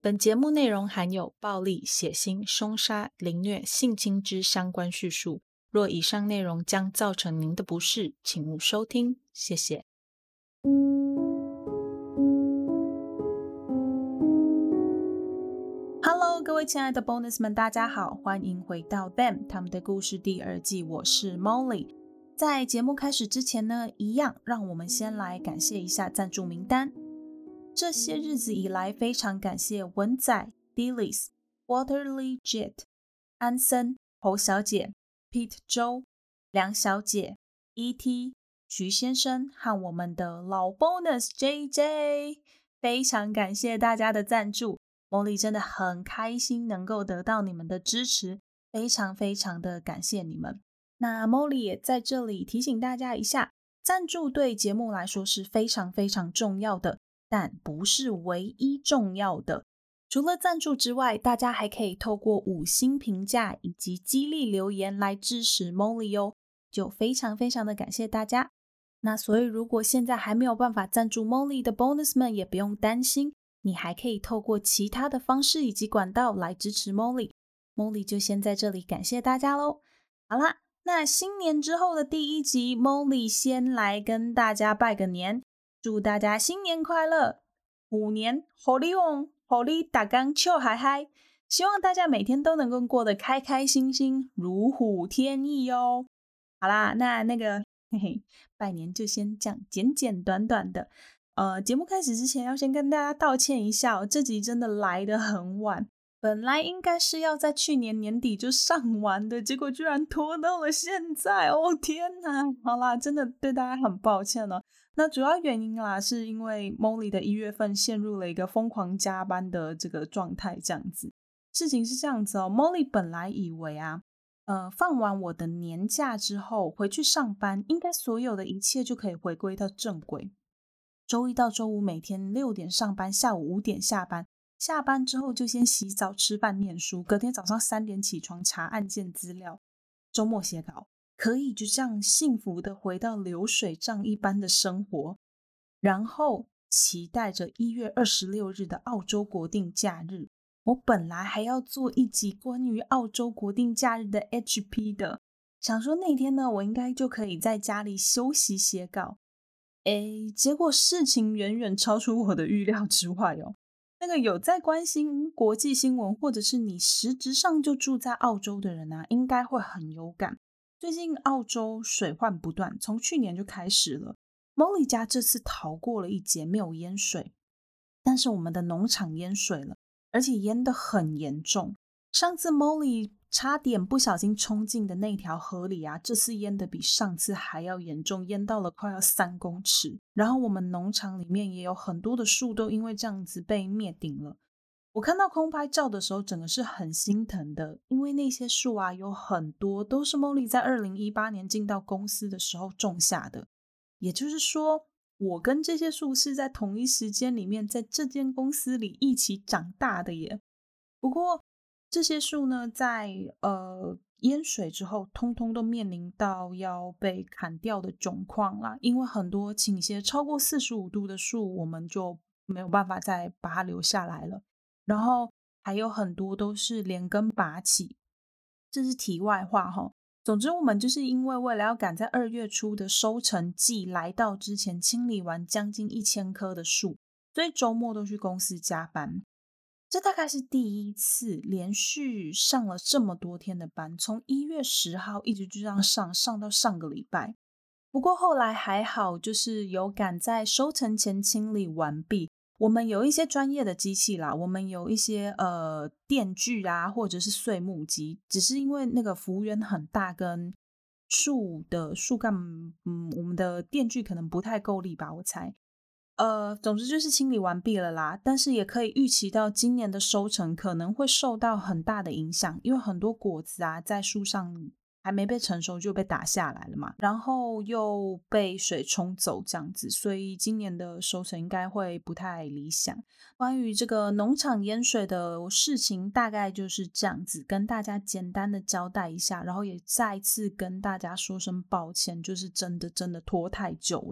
本节目内容含有暴力、血腥、凶杀、凌虐、性侵之相关叙述，若以上内容将造成您的不适，请勿收听，谢谢。Hello， 各位亲爱的 Bonus 们，大家好，欢迎回到 Them 他们的故事第2季，我是 Molly。在节目开始之前呢，一样让我们先来感谢一下赞助名单。这些日子以来，非常感谢文仔、Dillis、Waterly Jet、安森、侯小姐、Pete 周、梁小姐、ET、徐先生和我们的老 Bonus JJ， 非常感谢大家的赞助。Molly 真的很开心能够得到你们的支持，非常非常的感谢你们。那 Molly 也在这里提醒大家一下，赞助对节目来说是非常非常重要的，但不是唯一重要的。除了赞助之外，大家还可以透过5星评价以及激励留言来支持 Molly 哦，就非常非常的感谢大家。那所以如果现在还没有办法赞助 Molly 的 Bonus 们也不用担心，你还可以透过其他的方式以及管道来支持 Molly 就先在这里感谢大家咯。好啦，那新年之后的第1集 Molly 先来跟大家拜个年，祝大家新年快乐，虎年虎力旺，虎力大家笑嗨嗨，希望大家每天都能够过得开开心心，如虎添翼哦。好啦，那个拜年就先这样简简短短的。节目开始之前要先跟大家道歉一下这集真的来得很晚，本来应该是要在去年年底就上完的，结果居然拖到了现在，天哪！好啦，真的对大家很抱歉哦。那主要原因啦，是因为 Molly 的1月份陷入了一个疯狂加班的这个状态，这样子。事情是这样子Molly 本来以为放完我的年假之后回去上班，应该所有的一切就可以回归到正轨。周一到周五每天6点上班，下午5点下班，下班之后就先洗澡吃饭念书，隔天早上3点起床查案件资料，周末写稿，可以就这样幸福的回到流水账一般的生活，然后期待着1月26日的澳洲国定假日。我本来还要做一集关于澳洲国定假日的 HP 的，想说那天呢我应该就可以在家里休息写稿。结果事情远远超出我的预料之外那个有在关心国际新闻，或者是你实质上就住在澳洲的人应该会很有感。最近澳洲水患不断，从去年就开始了。Molly 家这次逃过了一劫，没有淹水，但是我们的农场淹水了，而且淹得很严重。上次 Molly 差点不小心冲进的那条河里这次淹得比上次还要严重，淹到了快要3公尺。然后我们农场里面也有很多的树都因为这样子被灭顶了。我看到空拍照的时候整个是很心疼的，因为那些树有很多都是 Molly 在2018年进到公司的时候种下的，也就是说我跟这些树是在同一时间里面在这间公司里一起长大的耶。不过这些树呢在淹水之后通通都面临到要被砍掉的窘况啦，因为很多倾斜超过45度的树我们就没有办法再把它留下来了，然后还有很多都是连根拔起。这是题外话总之我们就是因为了要赶在2月初的收成季来到之前清理完将近1000棵的树，所以周末都去公司加班。这大概是第一次连续上了这么多天的班，从1月10号一直就这样上到上个礼拜。不过后来还好，就是有赶在收成前清理完毕。我们有一些专业的机器啦，我们有一些电锯或者是碎木机，只是因为那个幅员很大跟树干我们的电锯可能不太够力吧，我猜。总之就是清理完毕了啦，但是也可以预期到今年的收成可能会受到很大的影响，因为很多果子在树上还没被成熟就被打下来了嘛，然后又被水冲走这样子，所以今年的收成应该会不太理想。关于这个农场淹水的事情大概就是这样子，跟大家简单的交代一下，然后也再一次跟大家说声抱歉，就是真的拖太久了。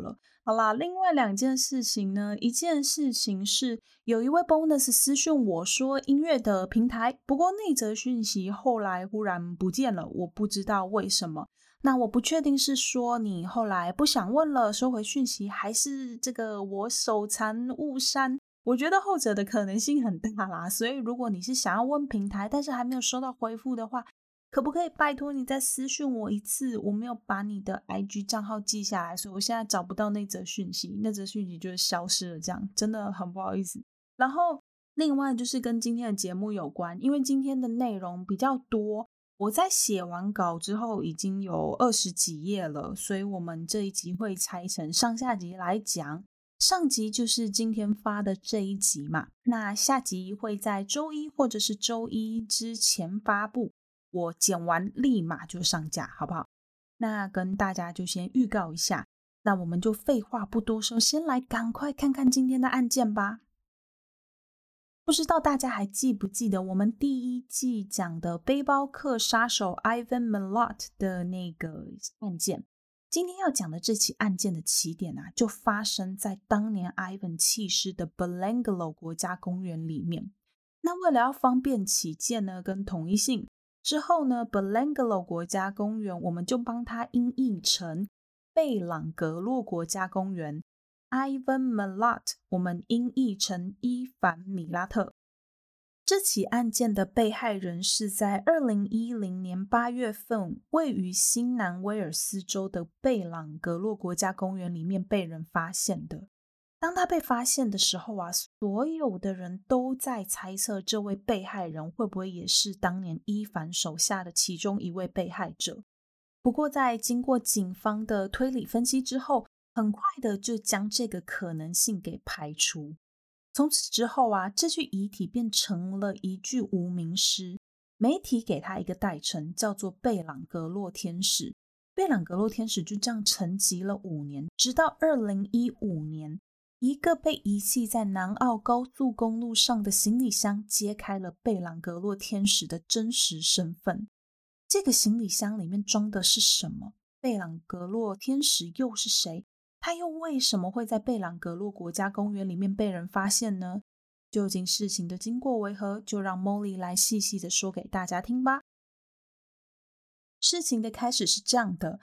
好啦，另外2件事情呢，一件事情是有一位 bonus 私讯我说音乐的平台，不过那则讯息后来忽然不见了，我不知道为什么。那我不确定是说你后来不想问了，收回讯息，还是这个我手残误删。我觉得后者的可能性很大啦，所以如果你是想要问平台，但是还没有收到回复的话，可不可以拜托你再私讯我一次？我没有把你的 IG 账号记下来，所以我现在找不到那则讯息，那则讯息就是消失了，这样真的很不好意思。然后另外就是跟今天的节目有关，因为今天的内容比较多，我在写完稿之后已经有20几页了，所以我们这一集会拆成上下集来讲。上集就是今天发的这一集嘛，那下集会在周一或者是周一之前发布，我剪完立马就上架，好不好？那跟大家就先预告一下，那我们就废话不多说，先来赶快看看今天的案件吧。不知道大家还记不记得我们第1季讲的背包客杀手 Ivan Milat 的那个案件？今天要讲的这起案件的起点啊，就发生在当年 Ivan 弃尸的 Belanglo 国家公园里面。那为了要方便起见呢，跟统一性，之后呢 Belanglo 国家公园我们就帮它音译成贝朗格洛国家公园， Ivan Milat 我们音译成伊凡米拉特。这起案件的被害人是在2010年8月份位于新南威尔斯州的贝朗格洛国家公园里面被人发现的。当他被发现的时候啊，所有的人都在猜测这位被害人会不会也是当年伊凡手下的其中一位被害者。不过在经过警方的推理分析之后，很快的就将这个可能性给排除。从此之后啊，这具遗体便成了一具无名尸，媒体给他一个代称叫做贝朗格洛天使。贝朗格洛天使就这样沉寂了5年，直到2015年，一个被遗弃在南澳高速公路上的行李箱揭开了贝朗格洛天使的真实身份。这个行李箱里面装的是什么？贝朗格洛天使又是谁？他又为什么会在贝朗格洛国家公园里面被人发现呢？究竟事情的经过为何？就让 Molly 来细细的说给大家听吧。事情的开始是这样的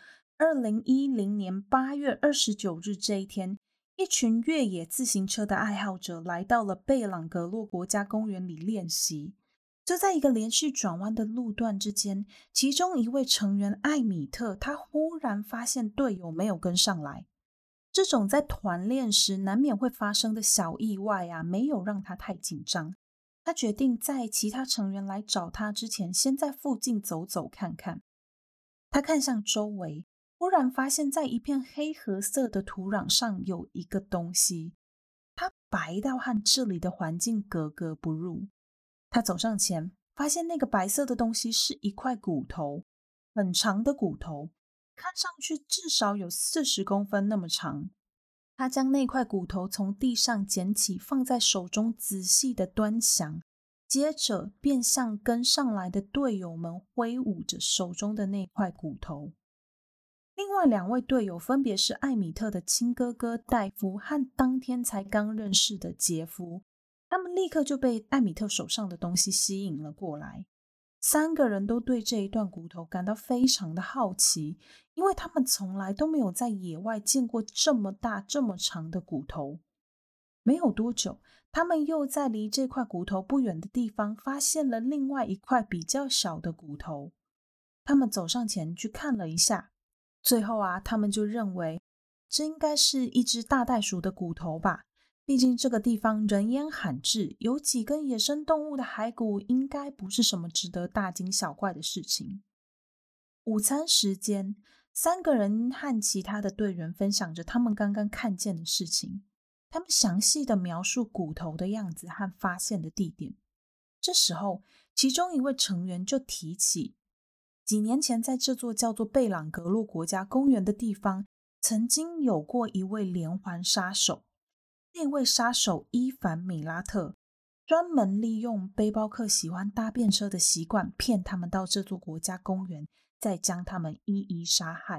，2010年8月29日这一天，一群越野自行车的爱好者来到了贝朗格洛国家公园里练习。就在一个连续转弯的路段之间，其中一位成员艾米特，他忽然发现队友没有跟上来。这种在团练时难免会发生的小意外啊，没有让他太紧张。他决定在其他成员来找他之前，先在附近走走看看。他看向周围，忽然发现在一片黑褐色的土壤上有一个东西，它白到和这里的环境格格不入。他走上前，发现那个白色的东西是一块骨头，很长的骨头，看上去至少有40公分那么长。他将那块骨头从地上捡起，放在手中仔细的端详，接着便向跟上来的队友们挥舞着手中的那块骨头。另外2位队友分别是艾米特的亲哥哥戴夫和当天才刚认识的杰夫，他们立刻就被艾米特手上的东西吸引了过来。3个人都对这一段骨头感到非常的好奇，因为他们从来都没有在野外见过这么大这么长的骨头。没有多久，他们又在离这块骨头不远的地方发现了另外一块比较小的骨头。他们走上前去看了一下，最后啊，他们就认为这应该是一只大袋鼠的骨头吧。毕竟这个地方人烟罕至，有几根野生动物的骸骨应该不是什么值得大惊小怪的事情。午餐时间，3个人和其他的队员分享着他们刚刚看见的事情，他们详细的描述骨头的样子和发现的地点。这时候，其中一位成员就提起，几年前在这座叫做贝朗格洛国家公园的地方，曾经有过一位连环杀手。那位杀手伊凡米拉特专门利用背包客喜欢搭便车的习惯，骗他们到这座国家公园，再将他们一一杀害。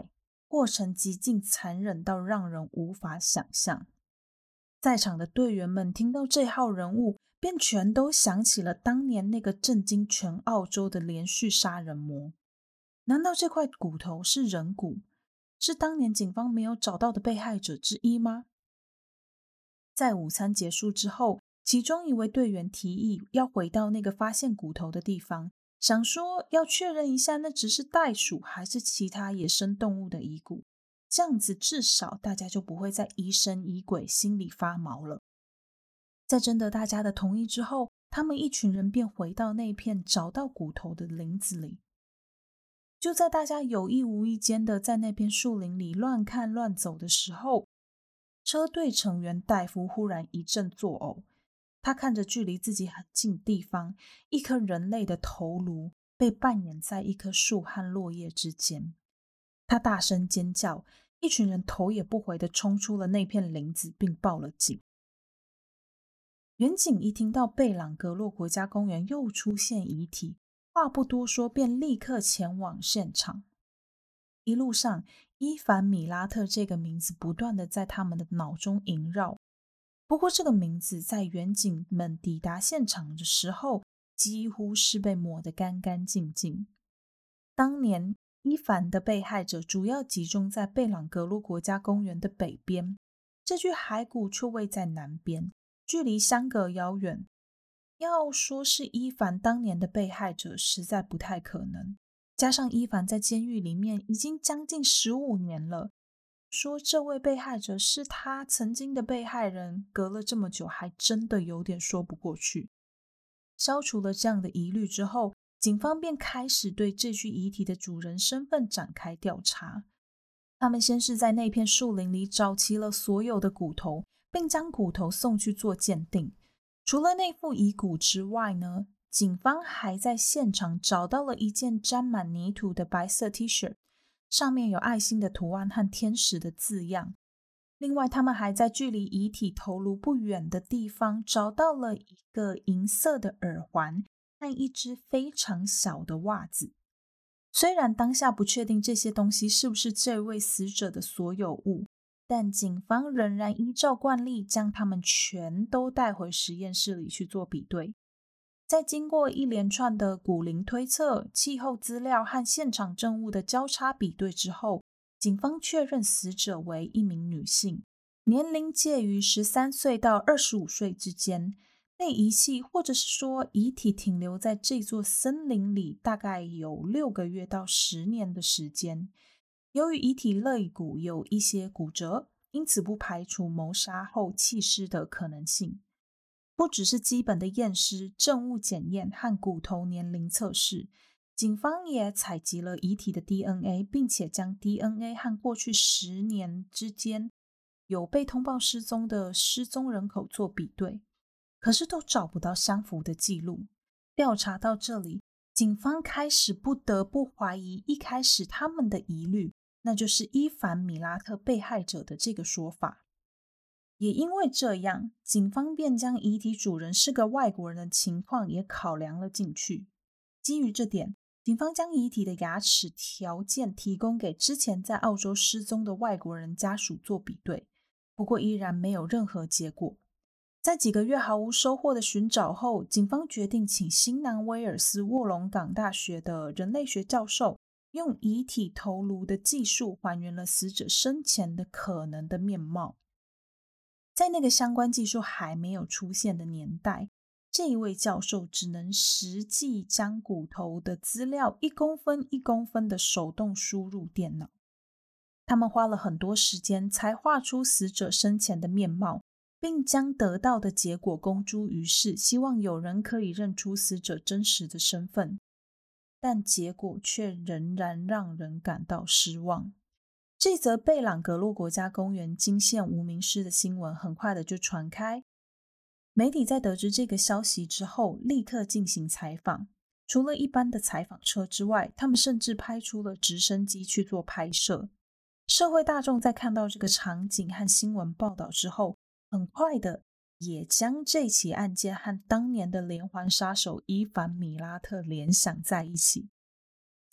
过程极尽残忍到让人无法想象。在场的队员们听到这号人物，便全都想起了当年那个震惊全澳洲的连续杀人魔。难道这块骨头是人骨，是当年警方没有找到的被害者之一吗？在午餐结束之后，其中一位队员提议要回到那个发现骨头的地方，想说要确认一下那只是袋鼠还是其他野生动物的遗骨，这样子至少大家就不会再疑神疑鬼，心里发毛了。在征得大家的同意之后，他们一群人便回到那片找到骨头的林子里。就在大家有意无意间的在那片树林里乱看乱走的时候，车队成员戴夫忽然一阵作呕。他看着距离自己很近的地方，一颗人类的头颅被扮演在一棵树和落叶之间。他大声尖叫，一群人头也不回地冲出了那片林子，并报了警。远景一听到贝朗格洛国家公园又出现遗体，话不多说，便立刻前往现场。一路上，伊凡·米拉特这个名字不断地在他们的脑中萦绕。不过这个名字在远景们抵达现场的时候，几乎是被抹得干干净净。当年伊凡的被害者主要集中在贝朗格洛国家公园的北边，这具骸骨却位在南边，距离相隔遥远。要说是伊凡当年的被害者，实在不太可能。加上伊凡在监狱里面已经将近15年了，说这位被害者是他曾经的被害人，隔了这么久还真的有点说不过去。消除了这样的疑虑之后，警方便开始对这具遗体的主人身份展开调查。他们先是在那片树林里找齐了所有的骨头，并将骨头送去做鉴定。除了那副遗骨之外呢，警方还在现场找到了一件沾满泥土的白色 T 恤，上面有爱心的图案和天使的字样。另外，他们还在距离遗体头颅不远的地方找到了一个银色的耳环和一只非常小的袜子。虽然当下不确定这些东西是不是这位死者的所有物，但警方仍然依照惯例将它们全都带回实验室里去做比对。在经过一连串的骨龄推测、气候资料和现场证物的交叉比对之后，警方确认死者为一名女性，年龄介于13岁到25岁之间，被遗弃或者是说遗体停留在这座森林里大概有6个月到10年的时间。由于遗体肋骨有一些骨折，因此不排除谋杀后弃尸的可能性。不只是基本的验尸、证物检验和骨头年龄测试，警方也采集了遗体的 DNA， 并且将 DNA 和过去10年之间有被通报失踪的失踪人口做比对，可是都找不到相符的记录。调查到这里，警方开始不得不怀疑一开始他们的疑虑，那就是伊凡·米拉特被害者的这个说法。也因为这样，警方便将遗体主人是个外国人的情况也考量了进去。基于这点，警方将遗体的牙齿条件提供给之前在澳洲失踪的外国人家属做比对，不过依然没有任何结果。在几个月毫无收获的寻找后，警方决定请新南威尔斯卧龙岗大学的人类学教授用遗体头颅的技术还原了死者生前的可能的面貌。在那个相关技术还没有出现的年代，这一位教授只能实际将骨头的资料1公分1公分的手动输入电脑。他们花了很多时间才画出死者生前的面貌，并将得到的结果公诸于世，希望有人可以认出死者真实的身份。但结果却仍然让人感到失望。这则贝朗格洛国家公园惊现无名尸的新闻很快的就传开。媒体在得知这个消息之后，立刻进行采访。除了一般的采访车之外，他们甚至派出了直升机去做拍摄。社会大众在看到这个场景和新闻报道之后，很快的也将这起案件和当年的连环杀手伊凡·米拉特联想在一起。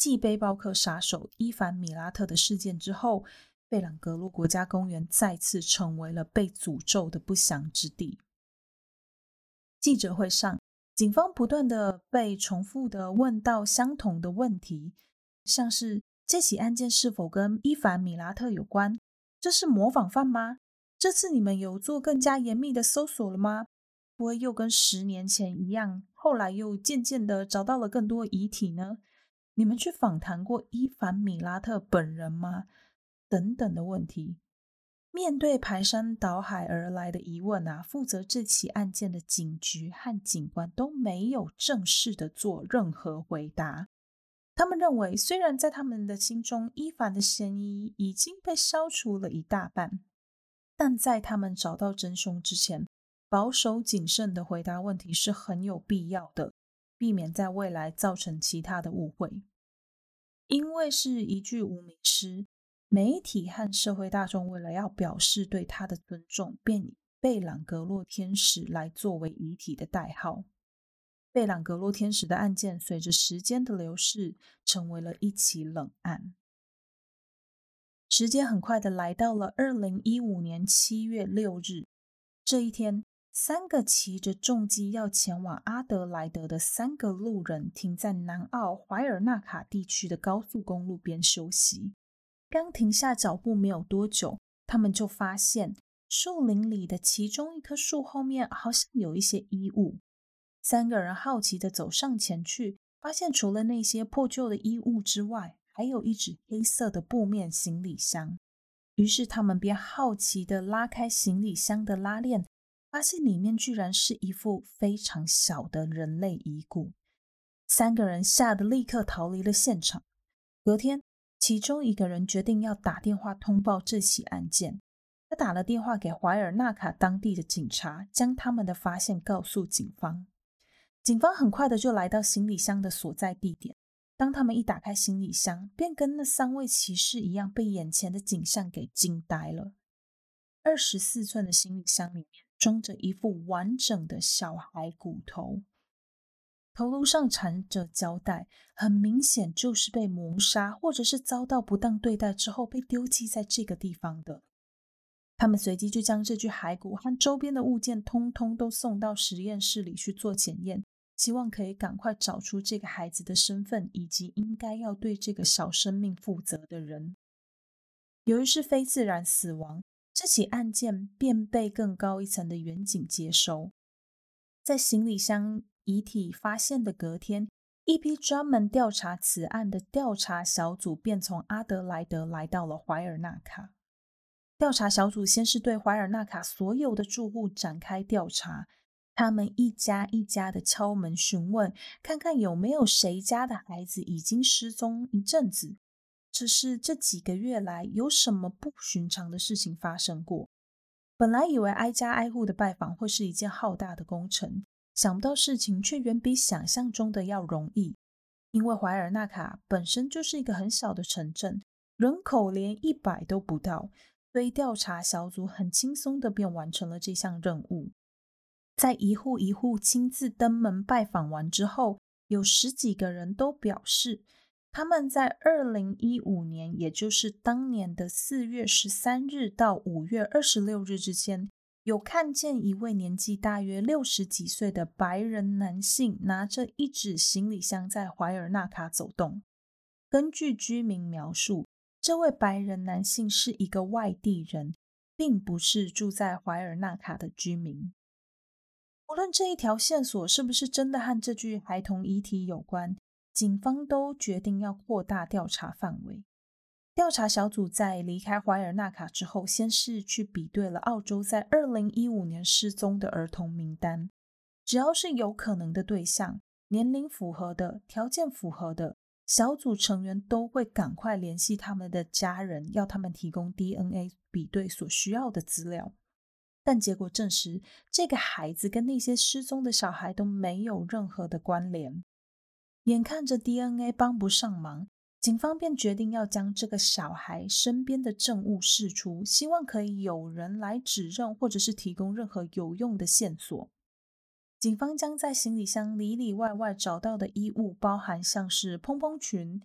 继背包客杀手伊凡·米拉特的事件之后，贝朗格洛国家公园再次成为了被诅咒的不祥之地。记者会上，警方不断的被重复的问到相同的问题，像是这起案件是否跟伊凡·米拉特有关？这是模仿犯吗？这次你们有做更加严密的搜索了吗？不会又跟10年前一样，后来又渐渐的找到了更多遗体呢？你们去访谈过伊凡·米拉特本人吗？等等的问题。面对排山倒海而来的疑问负责这起案件的警局和警官都没有正式的做任何回答。他们认为，虽然在他们的心中，伊凡的嫌疑已经被消除了一大半，但在他们找到真凶之前，保守谨慎的回答问题是很有必要的，避免在未来造成其他的误会。因为是一具无名尸，媒体和社会大众为了要表示对他的尊重，便以贝朗格洛天使来作为遗体的代号。贝朗格洛天使的案件随着时间的流逝，成为了一起冷案。时间很快的来到了2015年7月6日，这一天，3个骑着重机要前往阿德莱德的3个路人停在南澳怀尔纳卡地区的高速公路边休息。刚停下脚步没有多久，他们就发现树林里的其中一棵树后面好像有一些衣物。3个人好奇地走上前去，发现除了那些破旧的衣物之外，还有一只黑色的布面行李箱。于是他们便好奇地拉开行李箱的拉链，发现里面居然是一副非常小的人类遗骨。3个人吓得立刻逃离了现场。隔天，其中一个人决定要打电话通报这起案件。他打了电话给怀尔纳卡当地的警察，将他们的发现告诉警方。警方很快的就来到行李箱的所在地点。当他们一打开行李箱，便跟那3位骑士一样，被眼前的景象给惊呆了。24寸的行李箱里面装着一副完整的小孩骨头，头颅上缠着胶带，很明显就是被谋杀或者是遭到不当对待之后被丢弃在这个地方的。他们随即就将这具骸骨和周边的物件通通都送到实验室里去做检验，希望可以赶快找出这个孩子的身份以及应该要对这个小生命负责的人。由于是非自然死亡，这起案件便被更高一层的远景接收。在行李箱遗体发现的隔天，一批专门调查此案的调查小组便从阿德莱德来到了怀尔纳卡。调查小组先是对怀尔纳卡所有的住户展开调查，他们一家一家的敲门询问，看看有没有谁家的孩子已经失踪一阵子，只是这几个月来有什么不寻常的事情发生过。本来以为挨家挨户的拜访会是一件浩大的工程，想不到事情却远比想象中的要容易。因为怀尔纳卡本身就是一个很小的城镇，人口连100都不到，所以调查小组很轻松的便完成了这项任务。在一户一户亲自登门拜访完之后，有10几个人都表示，他们在2015年，也就是当年的4月13日到5月26日之间，有看见一位年纪大约60几岁的白人男性拿着一纸行李箱在怀尔纳卡走动。根据居民描述，这位白人男性是一个外地人，并不是住在怀尔纳卡的居民。无论这一条线索是不是真的和这具孩童遗体有关，警方都决定要扩大调查范围。调查小组在离开怀尔纳卡之后，先是去比对了澳洲在2015年失踪的儿童名单，只要是有可能的对象，年龄符合的，条件符合的，小组成员都会赶快联系他们的家人，要他们提供 DNA 比对所需要的资料。但结果证实，这个孩子跟那些失踪的小孩都没有任何的关联。眼看着 DNA 帮不上忙，警方便决定要将这个小孩身边的证物释出，希望可以有人来指认或者是提供任何有用的线索。警方将在行李箱里里外外找到的衣物包含像是蓬蓬裙、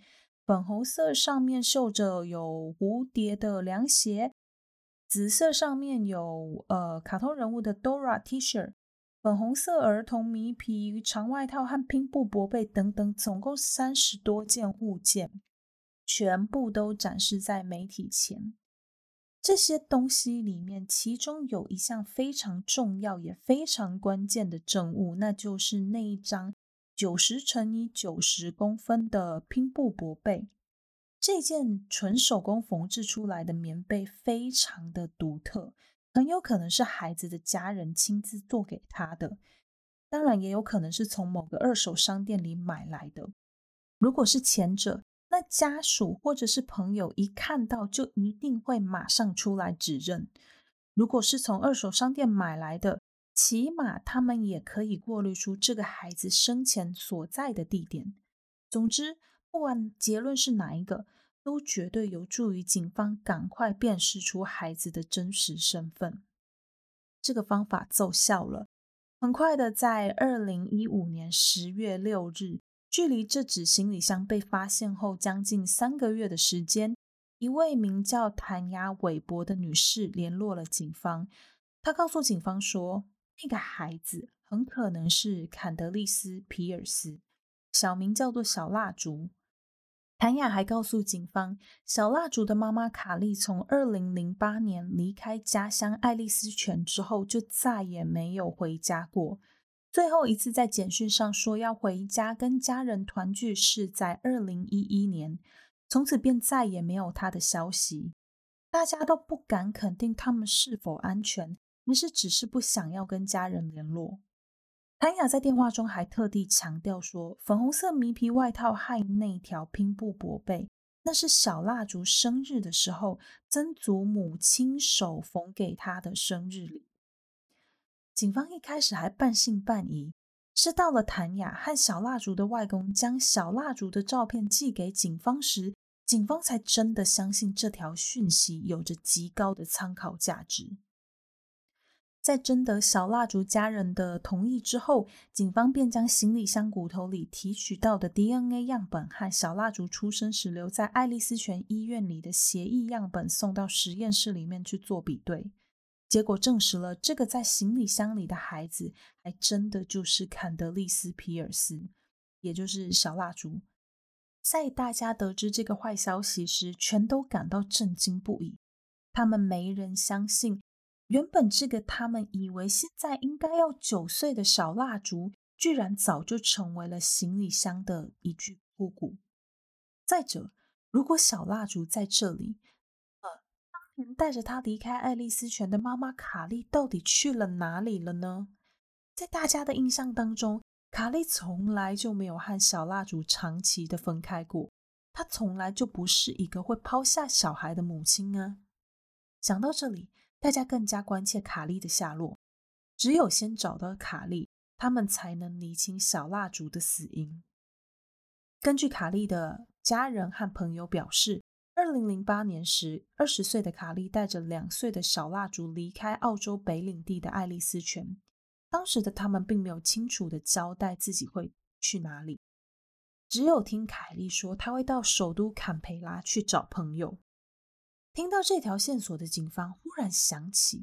粉红色上面绣着有蝴蝶的凉鞋，紫色上面有卡通人物的 Dora T 恤，粉红色儿童迷皮长外套和拼布薄被等等，总共30多件物件，全部都展示在媒体前。这些东西里面，其中有一项非常重要也非常关键的证物，那就是那一张90乘以90公分的拼布薄被。这件纯手工缝制出来的棉被非常的独特，很有可能是孩子的家人亲自做给他的，当然也有可能是从某个二手商店里买来的。如果是前者，那家属或者是朋友一看到就一定会马上出来指认。如果是从二手商店买来的，起码他们也可以过滤出这个孩子生前所在的地点。总之，不管结论是哪一个，都绝对有助于警方赶快辨识出孩子的真实身份。这个方法奏效了。很快的，在2015年10月6日，距离这纸行李箱被发现后将近3个月的时间，一位名叫谭雅·韦伯的女士联络了警方。她告诉警方说，那个孩子很可能是坎德利斯·皮尔斯，小名叫做小蜡烛。谭雅还告诉警方，小蜡烛的妈妈卡莉从2008年离开家乡爱丽丝泉之后，就再也没有回家过。最后一次在简讯上说要回家跟家人团聚是在2011年，从此便再也没有她的消息。大家都不敢肯定他们是否安全，还是只是不想要跟家人联络。谭雅在电话中还特地强调说，粉红色迷皮外套和那条拼布薄被，那是小蜡烛生日的时候曾祖母亲手缝给她的生日礼。警方一开始还半信半疑，是到了谭雅和小蜡烛的外公将小蜡烛的照片寄给警方时，警方才真的相信这条讯息有着极高的参考价值。在征得小蜡烛家人的同意之后，警方便将行李箱骨头里提取到的 DNA 样本和小蜡烛出生时留在爱丽丝泉医院里的血液样本送到实验室里面去做比对。结果证实了，这个在行李箱里的孩子还真的就是坎德利斯·皮尔斯，也就是小蜡烛。在大家得知这个坏消息时，全都感到震惊不已。他们没人相信，原本这个他们以为现在应该要9岁的小蜡烛，居然早就成为了行李箱的一具枯骨。再者，如果小蜡烛在这里，当年带着他离开爱丽丝泉的妈妈卡莉到底去了哪里了呢？在大家的印象当中，卡莉从来就没有和小蜡烛长期的分开过，她从来就不是一个会抛下小孩的母亲啊。想到这里，大家更加关切卡莉的下落。只有先找到卡莉，他们才能厘清小蜡烛的死因。根据卡莉的家人和朋友表示，2008年时，20岁的卡莉带着2岁的小蜡烛离开澳洲北领地的爱丽丝泉。当时的他们并没有清楚的交代自己会去哪里，只有听凯莉说她会到首都坎培拉去找朋友。听到这条线索的警方忽然想起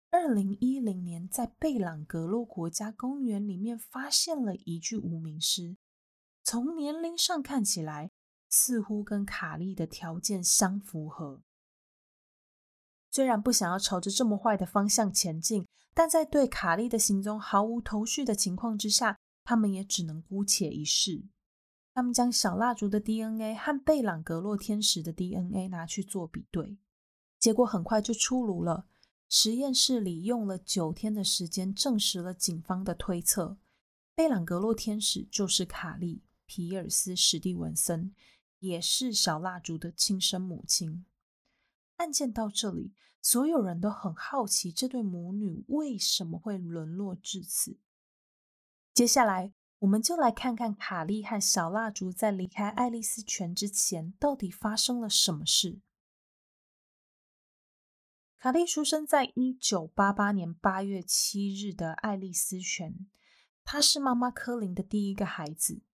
2010年在贝朗格洛国家公园里面发现了一具无名尸，从年龄上看起来似乎跟卡莉的条件相符合。虽然不想要朝着这么坏的方向前进，但在对卡莉的行踪毫无头绪的情况之下，他们也只能姑且一试。他们将小蜡烛的 DNA 和贝朗格洛天使的 DNA 拿去做比对，结果很快就出炉了。实验室里用了9天的时间证实了警方的推测，贝朗格洛天使就是卡莉·皮尔斯·史蒂文森，也是小蜡烛的亲生母亲。案件到这里，所有人都很好奇这对母女为什么会沦落至此。接下来，我们就来看看卡莉和小蜡烛在离开爱丽丝泉之前到底发生了什么事。卡莉出生在1988年8月7日的爱丽丝泉，她是妈妈科林的第一个孩子。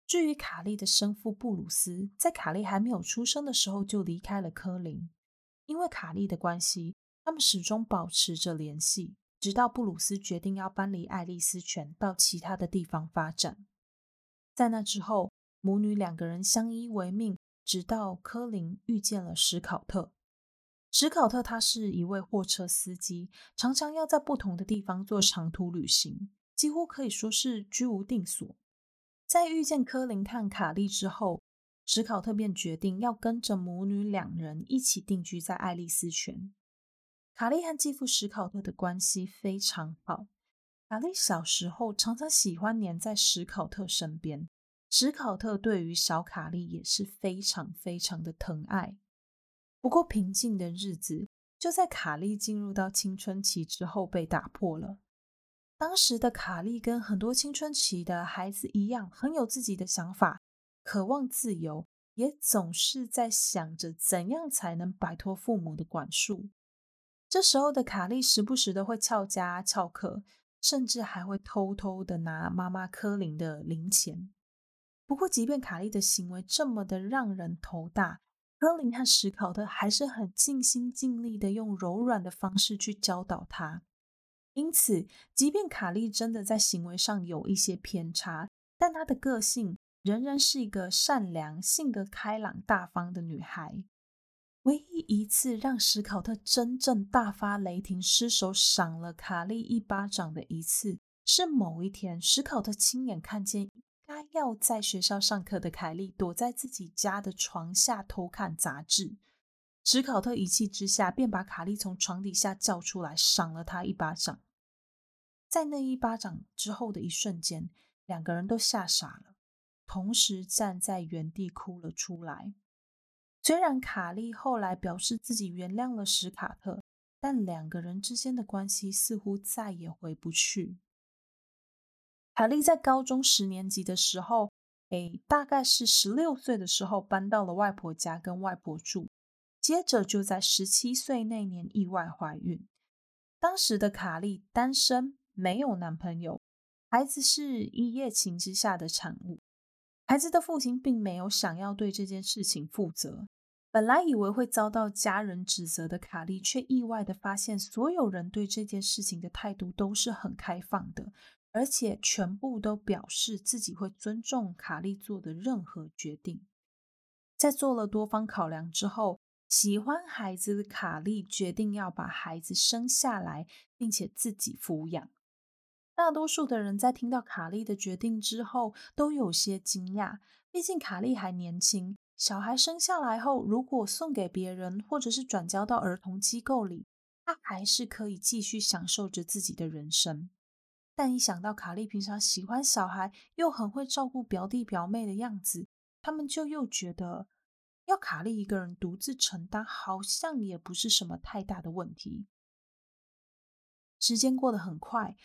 至于卡莉的生父布鲁斯，在卡莉还没有出生的时候就离开了科林，因为卡莉的关系，他们始终保持着联系，直到布鲁斯决定要搬离爱丽丝泉到其他的地方发展。在那之后，母女两个人相依为命，直到科林遇见了史考特。史考特他是一位货车司机，常常要在不同的地方做长途旅行，几乎可以说是居无定所。在遇见科林和卡莉之后，史考特便决定要跟着母女两人一起定居在爱丽丝泉。卡莉和继父史考特的关系非常好，卡莉小时候常常喜欢黏在史考特身边，史考特对于小卡莉也是非常非常的疼爱。不过平静的日子就在卡莉进入到青春期之后被打破了。当时的卡莉跟很多青春期的孩子一样，很有自己的想法，渴望自由，也总是在想着怎样才能摆脱父母的管束。这时候的卡莉时不时的会翘家翘课，甚至还会偷偷的拿妈妈科林的零钱。不过即便卡莉的行为这么的让人头大，科林和史考特还是很尽心尽力的用柔软的方式去教导她。因此即便卡莉真的在行为上有一些偏差，但她的个性仍然是一个善良、性格开朗、大方的女孩。唯一一次让史考特真正大发雷霆，失手赏了卡莉一巴掌的一次，是某一天史考特亲眼看见应该要在学校上课的凯莉躲在自己家的床下偷看杂志。史考特一气之下便把卡莉从床底下叫出来，赏了她一巴掌。在那一巴掌之后的一瞬间，两个人都吓傻了，同时站在原地哭了出来。虽然卡莉后来表示自己原谅了史卡特，但两个人之间的关系似乎再也回不去。卡莉在高中10年级的时候，大概是16岁的时候搬到了外婆家跟外婆住，接着就在17岁那年意外怀孕。当时的卡莉单身，没有男朋友，孩子是一夜情之下的产物。孩子的父亲并没有想要对这件事情负责，本来以为会遭到家人指责的卡莉，却意外的发现所有人对这件事情的态度都是很开放的，而且全部都表示自己会尊重卡莉做的任何决定。在做了多方考量之后，喜欢孩子的卡莉决定要把孩子生下来，并且自己抚养。大多数的人在听到卡莉的决定之后都有些惊讶，毕竟卡莉还年轻，小孩生下来后如果送给别人或者是转交到儿童机构里，他还是可以继续享受着自己的人生。但一想到卡莉平常喜欢小孩，又很会照顾表弟表妹的样子，他们就又觉得要卡莉一个人独自承担，好像也不是什么太大的问题。时间过得很快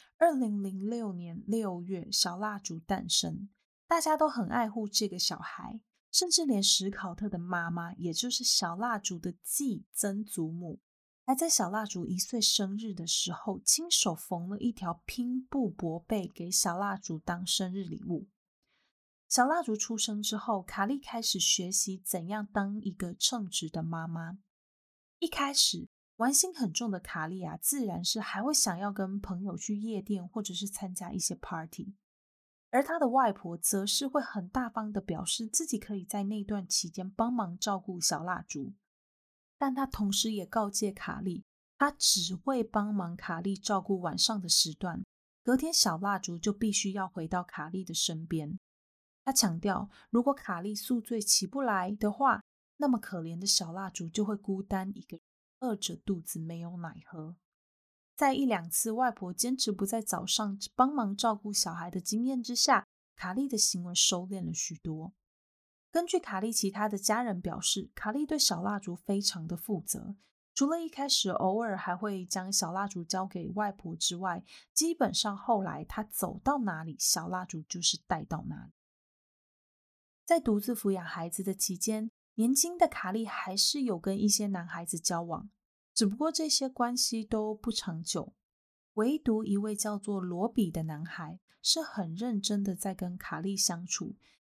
，2006年6月，小蜡烛诞生，大家都很爱护这个小孩，甚至连史考特的妈妈，也就是小蜡烛的曾祖母，还在小蜡烛1岁生日的时候，亲手缝了一条拼布薄被给小蜡烛当生日礼物。小蜡烛出生之后，卡莉开始学习怎样当一个称职的妈妈。一开始玩心很重的卡莉亚，自然是还会想要跟朋友去夜店或者是参加一些 party， 而她的外婆则是会很大方的表示自己可以在那段期间帮忙照顾小蜡烛，但她同时也告诫卡莉，她只会帮忙卡莉照顾晚上的时段，隔天小蜡烛就必须要回到卡莉的身边。他强调，如果卡莉宿醉起不来的话，那么可怜的小蜡烛就会孤单一个人，饿着肚子没有奶喝。在1-2次外婆坚持不在早上帮忙照顾小孩的经验之下，卡莉的行为收敛了许多。根据卡莉其他的家人表示，卡莉对小蜡烛非常的负责，除了一开始偶尔还会将小蜡烛交给外婆之外，基本上后来她走到哪里，小蜡烛就是带到哪里。在独自抚养孩子的期间，年轻的卡莉还是有跟一些男孩子交往，只不过这些关系都不长久。唯独一位叫做罗比的男孩是很认真的在跟卡莉相处，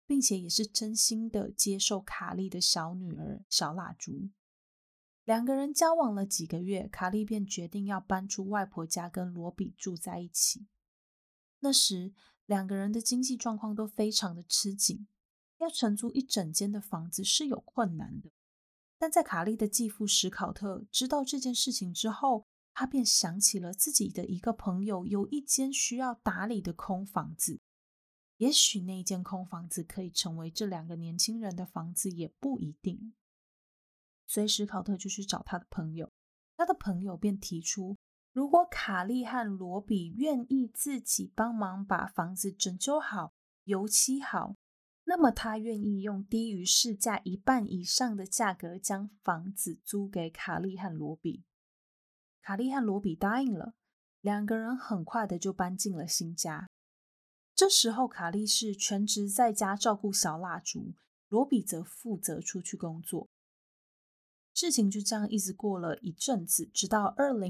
并且也是真心的接受卡莉的小女儿小蜡烛。两个人交往了几个月，卡莉便决定要搬出外婆家跟罗比住在一起。那时两个人的经济状况都非常的吃紧，要承租一整间的房子是有困难的。但在卡莉的继父史考特知道这件事情之后，他便想起了自己的一个朋友有一间需要打理的空房子，也许那一间空房子可以成为这两个年轻人的房子，也不一定。所以史考特就去找他的朋友，他的朋友便提出，如果卡莉和罗比愿意自己帮忙把房子整修好、油漆好，那么他愿意用低于市价1半以上的价格将房子租给卡莉和罗比。卡莉和罗比答应了，两个人很快的就搬进了新家。这时候卡莉是全职在家照顾小蜡烛，罗比则负责出去工作。事情就这样一直过了一阵子，直到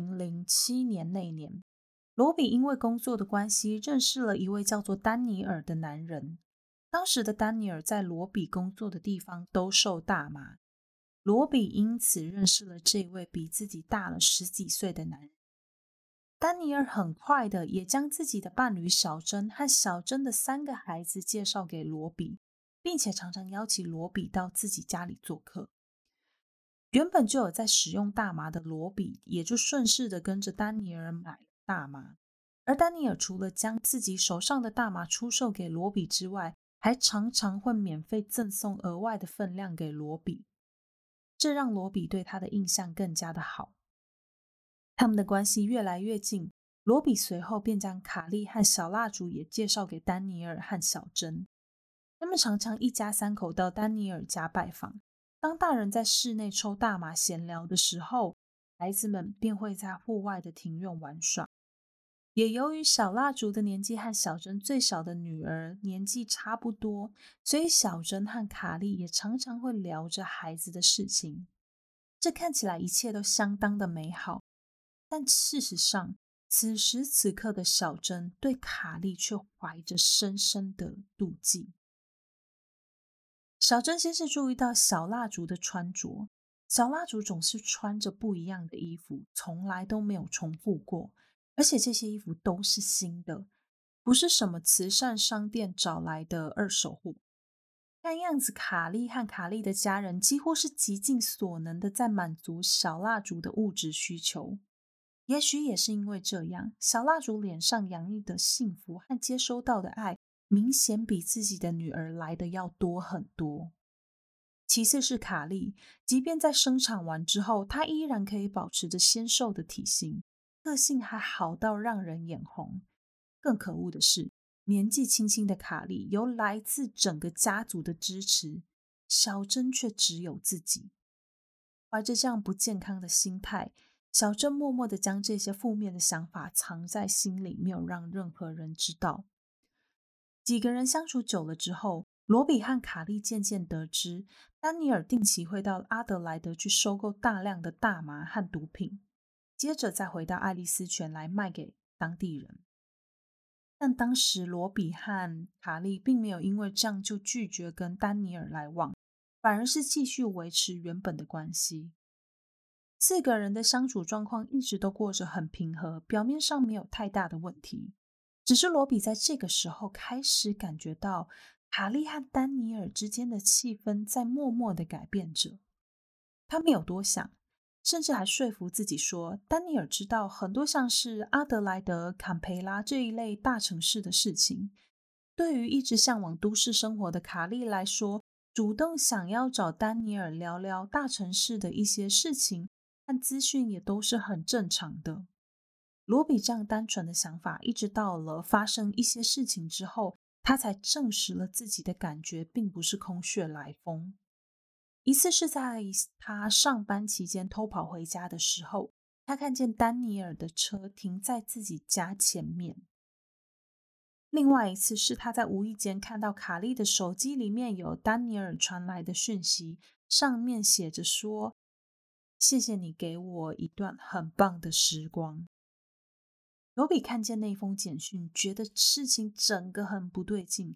2007年那年，罗比因为工作的关系认识了一位叫做丹尼尔的男人。当时的丹尼尔在罗比工作的地方兜售大麻，罗比因此认识了这位比自己大了10几岁的男人。丹尼尔很快的也将自己的伴侣小珍和小珍的3个孩子介绍给罗比，并且常常邀请罗比到自己家里做客。原本就有在使用大麻的罗比，也就顺势的跟着丹尼尔买了大麻。而丹尼尔除了将自己手上的大麻出售给罗比之外，还常常会免费赠送额外的分量给罗比，这让罗比对他的印象更加的好。他们的关系越来越近，罗比随后便将卡莉和小蜡烛也介绍给丹尼尔和小珍。他们常常一家3口到丹尼尔家拜访。当大人在室内抽大麻闲聊的时候，孩子们便会在户外的庭院玩耍。也由于小蜡烛的年纪和小珍最小的女儿年纪差不多，所以小珍和卡莉也常常会聊着孩子的事情。这看起来一切都相当的美好，但事实上，此时此刻的小珍对卡莉却怀着深深的妒忌。小珍先是注意到小蜡烛的穿着，小蜡烛总是穿着不一样的衣服，从来都没有重复过，而且这些衣服都是新的，不是什么慈善商店找来的二手货。看样子卡莉和卡莉的家人几乎是极尽所能的在满足小蜡烛的物质需求。也许也是因为这样，小蜡烛脸上洋溢的幸福和接收到的爱明显比自己的女儿来的要多很多。其次是卡莉，即便在生产完之后，她依然可以保持着纤瘦的体型，个性还好到让人眼红。更可恶的是，年纪轻轻的卡莉有来自整个家族的支持，小珍却只有自己。怀着这样不健康的心态，小珍默默地将这些负面的想法藏在心里，没有让任何人知道。几个人相处久了之后，罗比和卡莉渐渐得知，丹尼尔定期会到阿德莱德去收购大量的大麻和毒品，接着再回到爱丽丝泉来卖给当地人。但当时罗比和卡莉并没有因为这样就拒绝跟丹尼尔来往，反而是继续维持原本的关系。4个人的相处状况一直都过着很平和，表面上没有太大的问题。只是罗比在这个时候开始感觉到卡莉和丹尼尔之间的气氛在默默的改变着。他没有多想，甚至还说服自己说，丹尼尔知道很多像是阿德莱德、坎培拉这一类大城市的事情。对于一直向往都市生活的卡莉来说，主动想要找丹尼尔聊聊大城市的一些事情和资讯也都是很正常的。罗比这样单纯的想法，一直到了发生一些事情之后，他才证实了自己的感觉并不是空穴来风。一次是在他上班期间偷跑回家的时候，他看见丹尼尔的车停在自己家前面。另外一次是他在无意间看到卡莉的手机里面有丹尼尔传来的讯息，上面写着说：谢谢你给我一段很棒的时光。罗比看见那封简讯，觉得事情整个很不对劲，因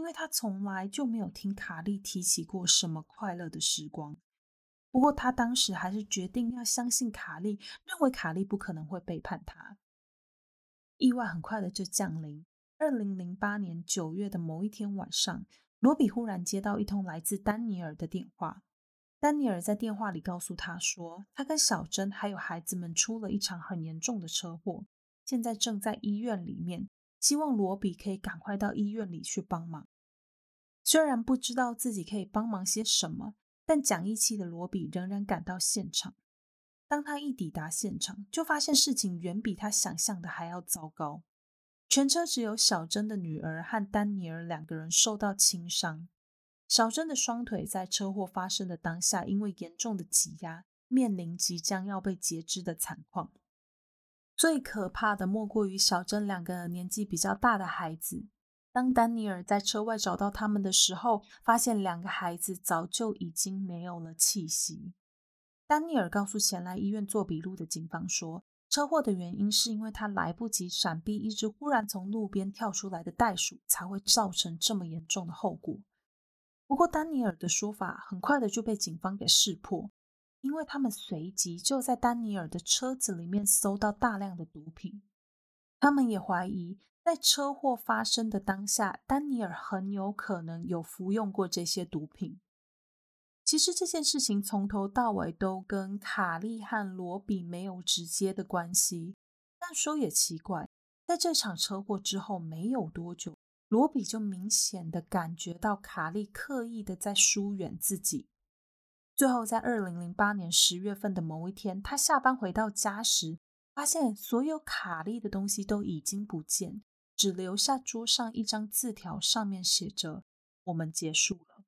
为他从来就没有听卡莉提起过什么快乐的时光。不过他当时还是决定要相信卡莉，认为卡莉不可能会背叛他。意外很快的就降临。2008年9月的某一天晚上，罗比忽然接到一通来自丹尼尔的电话。丹尼尔在电话里告诉他说，他跟小珍还有孩子们出了一场很严重的车祸，现在正在医院里面，希望罗比可以赶快到医院里去帮忙。虽然不知道自己可以帮忙些什么，但讲义气的罗比仍然赶到现场。当他一抵达现场，就发现事情远比他想象的还要糟糕。全车只有小珍的女儿和丹尼尔2个人受到轻伤。小珍的双腿在车祸发生的当下，因为严重的挤压，面临即将要被截肢的惨况。最可怕的莫过于小珍2个年纪比较大的孩子。当丹尼尔在车外找到他们的时候，发现2个孩子早就已经没有了气息。丹尼尔告诉前来医院做笔录的警方说，车祸的原因是因为他来不及闪避一只忽然从路边跳出来的袋鼠，才会造成这么严重的后果。不过丹尼尔的说法很快的就被警方给识破，因为他们随即就在丹尼尔的车子里面搜到大量的毒品。他们也怀疑在车祸发生的当下，丹尼尔很有可能有服用过这些毒品。其实这件事情从头到尾都跟卡莉和罗比没有直接的关系，但说也奇怪，在这场车祸之后没有多久，罗比就明显的感觉到卡莉刻意的在疏远自己。最后在2008年10月份的某一天，他下班回到家时，发现所有卡莉的东西都已经不见，只留下桌上一张字条，上面写着我们结束了。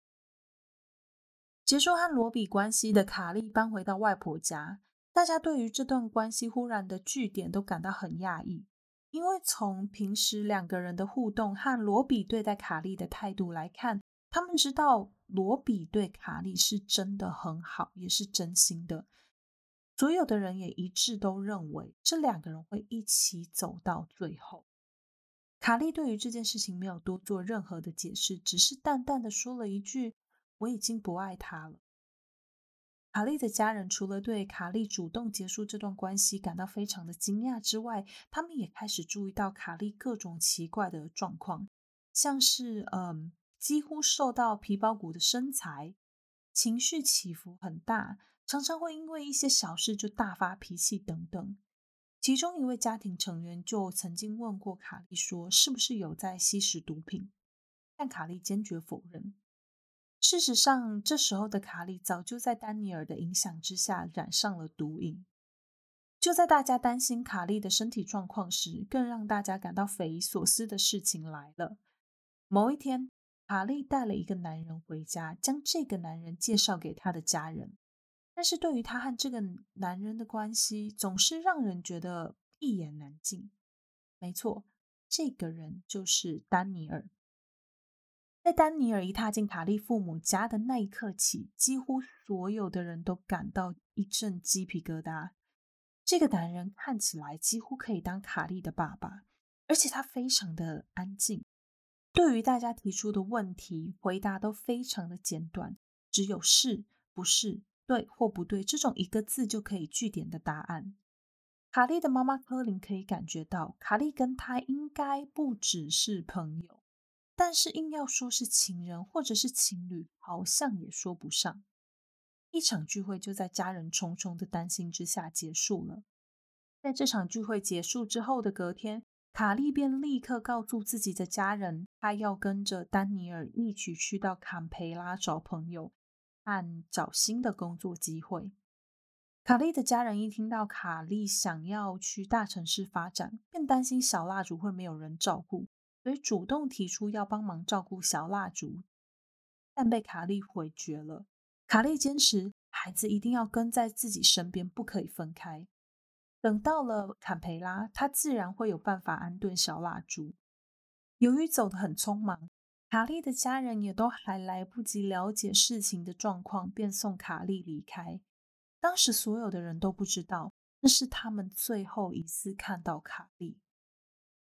结束和罗比关系的卡莉搬回到外婆家，大家对于这段关系忽然的据点都感到很讶异，因为从平时2个人的互动和罗比对待卡莉的态度来看，他们知道罗比对卡莉是真的很好，也是真心的。所有的人也一致都认为这2个人会一起走到最后。卡莉对于这件事情没有多做任何的解释，只是淡淡的说了一句，我已经不爱他了。卡莉的家人除了对卡莉主动结束这段关系感到非常的惊讶之外，他们也开始注意到卡莉各种奇怪的状况，像是几乎瘦到皮包骨的身材，情绪起伏很大，常常会因为一些小事就大发脾气等等。其中一位家庭成员就曾经问过卡莉说，是不是有在吸食毒品，但卡莉坚决否认。事实上，这时候的卡莉早就在丹尼尔的影响之下染上了毒瘾。就在大家担心卡莉的身体状况时，更让大家感到匪夷所思的事情来了。某一天，卡莉带了一个男人回家，将这个男人介绍给他的家人。但是对于他和这个男人的关系，总是让人觉得一言难尽。没错，这个人就是丹尼尔。在丹尼尔一踏进卡莉父母家的那一刻起，几乎所有的人都感到一阵鸡皮疙瘩。这个男人看起来几乎可以当卡莉的爸爸，而且他非常的安静，对于大家提出的问题，回答都非常的简短，只有是、不是、对或不对这种一个字就可以句点的答案。卡莉的妈妈科琳可以感觉到，卡莉跟他应该不只是朋友，但是硬要说是情人或者是情侣，好像也说不上。一场聚会就在家人重重的担心之下结束了。在这场聚会结束之后的隔天，卡莉便立刻告诉自己的家人，她要跟着丹尼尔一起去到坎培拉找朋友和找新的工作机会。卡莉的家人一听到卡莉想要去大城市发展，便担心小蜡烛会没有人照顾，所以主动提出要帮忙照顾小蜡烛，但被卡莉回绝了。卡莉坚持孩子一定要跟在自己身边，不可以分开。等到了坎培拉，她自然会有办法安顿小蜡烛。由于走得很匆忙，卡莉的家人也都还来不及了解事情的状况，便送卡莉离开。当时所有的人都不知道，那是他们最后一次看到卡莉。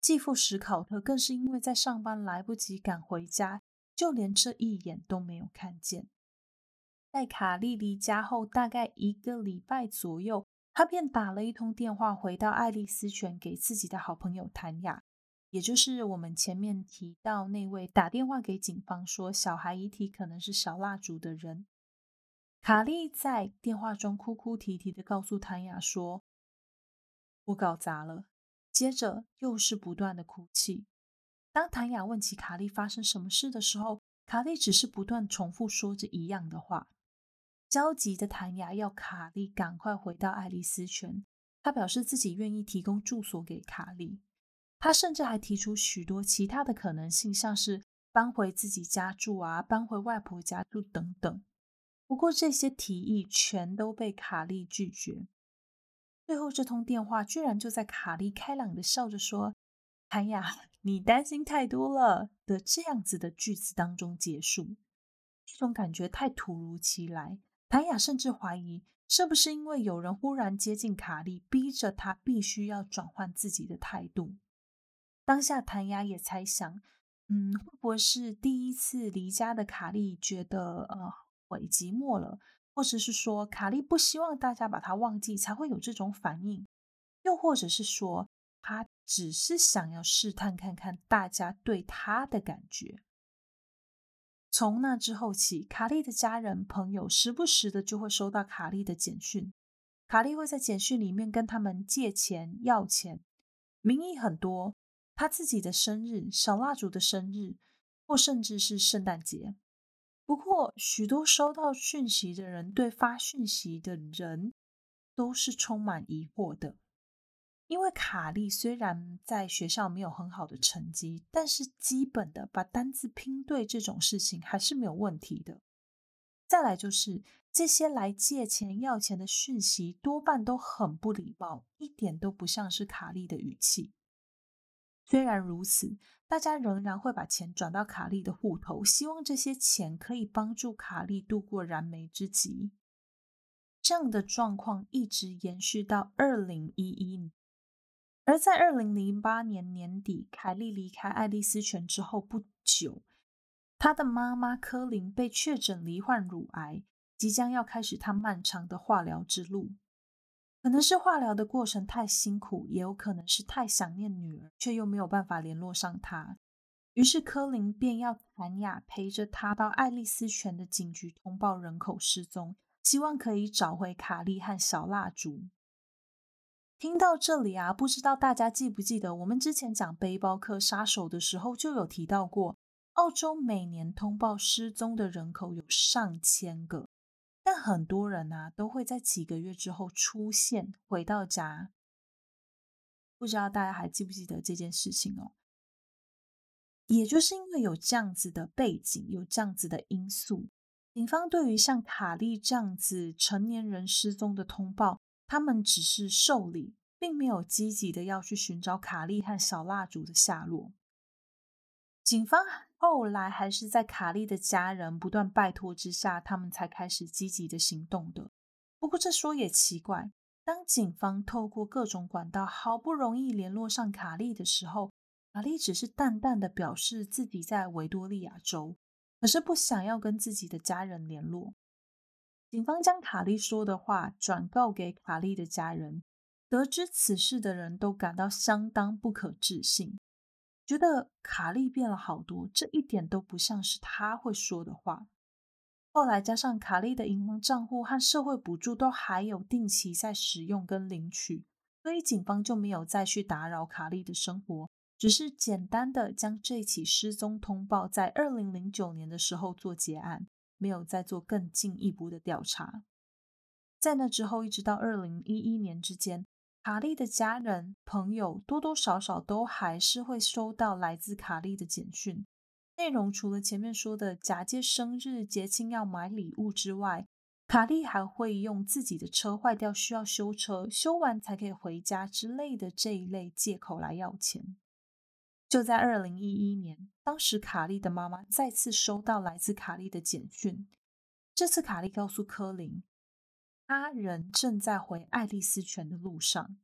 继父史考特更是因为在上班来不及赶回家，就连这一眼都没有看见。在卡莉离家后大概1个礼拜左右，他便打了一通电话回到爱丽丝泉给自己的好朋友谭雅，也就是我们前面提到那位打电话给警方说小孩遗体可能是小蜡烛的人。卡莉在电话中哭哭啼啼地告诉谭雅说：我搞砸了。接着又是不断的哭泣。当谭雅问起卡莉发生什么事的时候，卡莉只是不断重复说着一样的话。焦急的谭雅要卡莉赶快回到爱丽丝泉，他表示自己愿意提供住所给卡莉。他甚至还提出许多其他的可能性，像是搬回自己家住啊，搬回外婆家住等等。不过这些提议全都被卡莉拒绝。最后这通电话居然就在卡莉开朗的笑着说：谭雅，你担心太多了的这样子的句子当中结束。这种感觉太突如其来，谭雅甚至怀疑是不是因为有人忽然接近卡莉，逼着她必须要转换自己的态度。当下谭雅也猜想，会不会是第一次离家的卡莉觉得悔寂寞了，或者是说卡莉不希望大家把她忘记才会有这种反应，又或者是说她只是想要试探看看大家对她的感觉。从那之后起，卡莉的家人朋友时不时的就会收到卡莉的简讯，卡莉会在简讯里面跟他们借钱要钱，名义很多，他自己的生日、小蜡烛的生日，或甚至是圣诞节。不过许多收到讯息的人对发讯息的人都是充满疑惑的。因为卡莉虽然在学校没有很好的成绩，但是基本的把单字拼对这种事情还是没有问题的。再来就是这些来借钱要钱的讯息多半都很不礼貌，一点都不像是卡莉的语气。虽然如此，大家仍然会把钱转到卡莉的户头，希望这些钱可以帮助卡莉度过燃眉之急。这样的状况一直延续到2011年。而在2008年年底，凯莉离开爱丽丝泉之后不久，她的妈妈科琳被确诊罹患乳癌，即将要开始她漫长的化疗之路。可能是化疗的过程太辛苦，也有可能是太想念女儿，却又没有办法联络上她。于是科琳便要谭雅陪着她到爱丽丝泉的警局通报人口失踪，希望可以找回卡莉和小蜡烛。听到这里啊，不知道大家记不记得，我们之前讲背包客杀手的时候就有提到过，澳洲每年通报失踪的人口有上千个，但很多人啊都会在几个月之后出现，回到家。不知道大家还记不记得这件事情哦？也就是因为有这样子的背景，有这样子的因素，警方对于像卡莉这样子成年人失踪的通报，他们只是受理，并没有积极的要去寻找卡莉和小蜡烛的下落。警方后来还是在卡莉的家人不断拜托之下，他们才开始积极的行动的。不过这说也奇怪，当警方透过各种管道好不容易联络上卡莉的时候，卡莉只是淡淡的表示自己在维多利亚州，可是不想要跟自己的家人联络。警方将卡莉说的话转告给卡莉的家人，得知此事的人都感到相当不可置信，觉得卡莉变了好多，这一点都不像是她会说的话。后来加上卡莉的银行账户和社会补助都还有定期在使用跟领取，所以警方就没有再去打扰卡莉的生活，只是简单的将这起失踪通报在2009年的时候做结案，没有再做更进一步的调查。在那之后一直到2011年之间，卡莉的家人朋友多多少少都还是会收到来自卡莉的简讯，内容除了前面说的假借生日节庆要买礼物之外，卡莉还会用自己的车坏掉需要修车，修完才可以回家之类的这一类借口来要钱。就在2011年，当时卡莉的妈妈再次收到来自卡莉的简讯，这次卡莉告诉科琳，他人正在回爱丽丝泉的路上，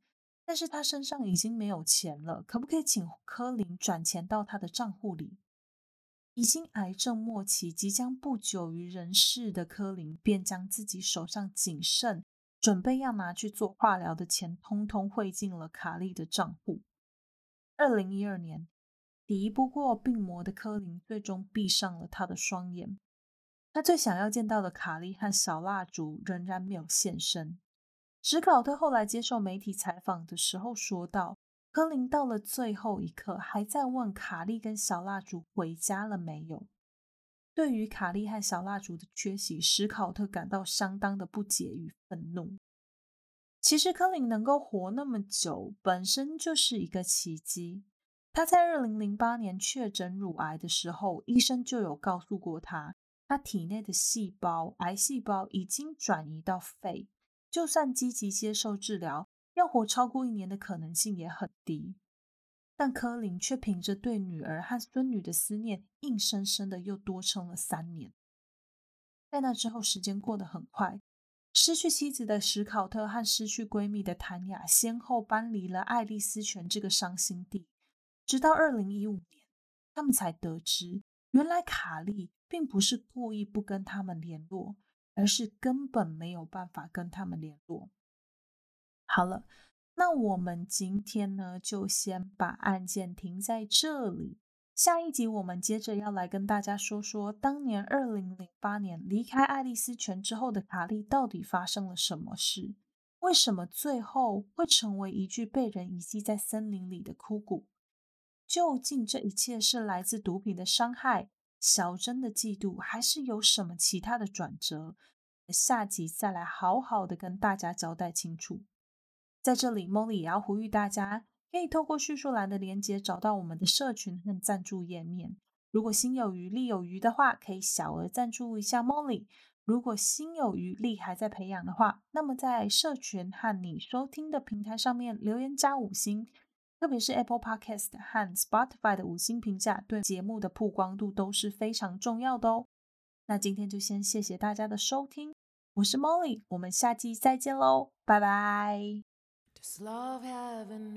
但是他身上已经没有钱了，可不可以请科林转钱到他的账户里？已经癌症末期，即将不久于人世的科林便将自己手上仅剩准备要拿去做化疗的钱通通汇进了卡莉的账户。2012年，抵不过病魔的科林最终闭上了他的双眼。他最想要见到的卡莉和小蜡烛仍然没有现身。史考特后来接受媒体采访的时候说道，科林到了最后一刻还在问卡莉跟小蜡烛回家了没有。对于卡莉和小蜡烛的缺席，史考特感到相当的不解与愤怒。其实科林能够活那么久本身就是一个奇迹。他在2008年确诊乳癌的时候，医生就有告诉过他，他体内的癌细胞已经转移到肺，就算积极接受治疗，要活超过1年的可能性也很低。但科林却凭着对女儿和孙女的思念，硬生生的又多撑了3年。在那之后，时间过得很快，失去妻子的史考特和失去闺蜜的谭雅先后搬离了爱丽丝泉这个伤心地，直到2015年，他们才得知，原来卡莉并不是故意不跟他们联络，而是根本没有办法跟他们联络。好了，那我们今天呢，就先把案件停在这里。下一集我们接着要来跟大家说说，当年2008年离开爱丽丝泉之后的卡莉到底发生了什么事？为什么最后会成为一具被人遗弃在森林里的枯骨？究竟这一切是来自毒品的伤害、小珍的嫉妒，还是有什么其他的转折？下集再来好好的跟大家交代清楚。在这里 Molly 也要呼吁大家，可以透过叙述栏的连结找到我们的社群和赞助页面。如果心有余力有余的话，可以小额赞助一下 Molly。如果心有余力还在培养的话，那么在社群和你收听的平台上面留言加5星，特别是 Apple Podcast 和 Spotify 的5星评价，对节目的曝光度都是非常重要的哦。那今天就先谢谢大家的收听，我是 Molly， 我们下季再见喽，拜拜。 Does love have an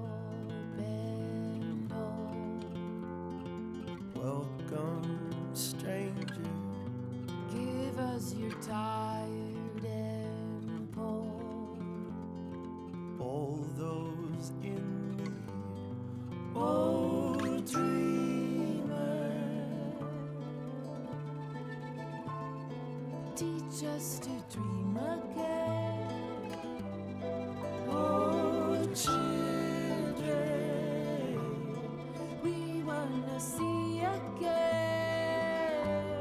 open door? Welcome, stranger. Give us your tired and poor. All those in me. Oh, dreamer, teach us to dream again. Oh, children, we wanna see again.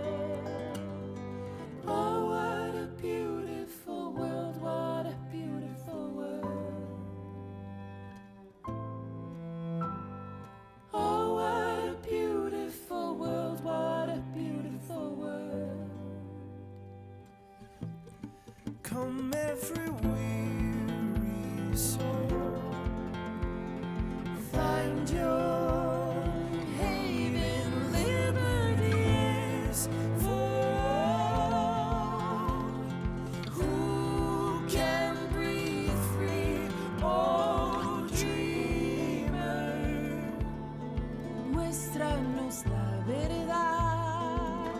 Oh, what a beautiful world, what a beautiful world. Oh, what a beautiful world, what a beautiful world. Come every weary soul. Find your haven, liberty is for all who can breathe free. Oh, dreamer, muéstranos la verdad.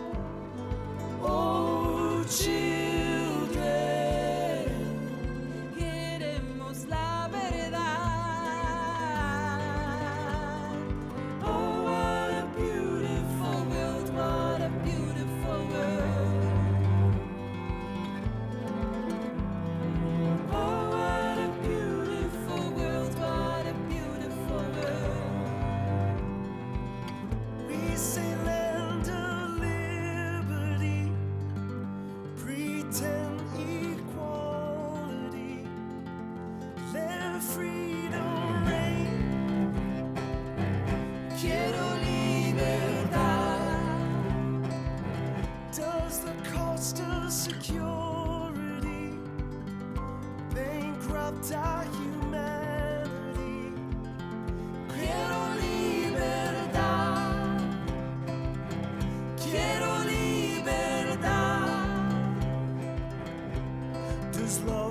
Oh, children, queremos la verdad. Oh, what a beautiful world, what a beautiful world. Oh, what a beautiful world, what a beautiful world. We say land of liberty. Pretend equality. Let freedom reign. Quiero libertad. Does the cost of security bankrupt our humanity? Quiero libertad. Quiero libertad. Does love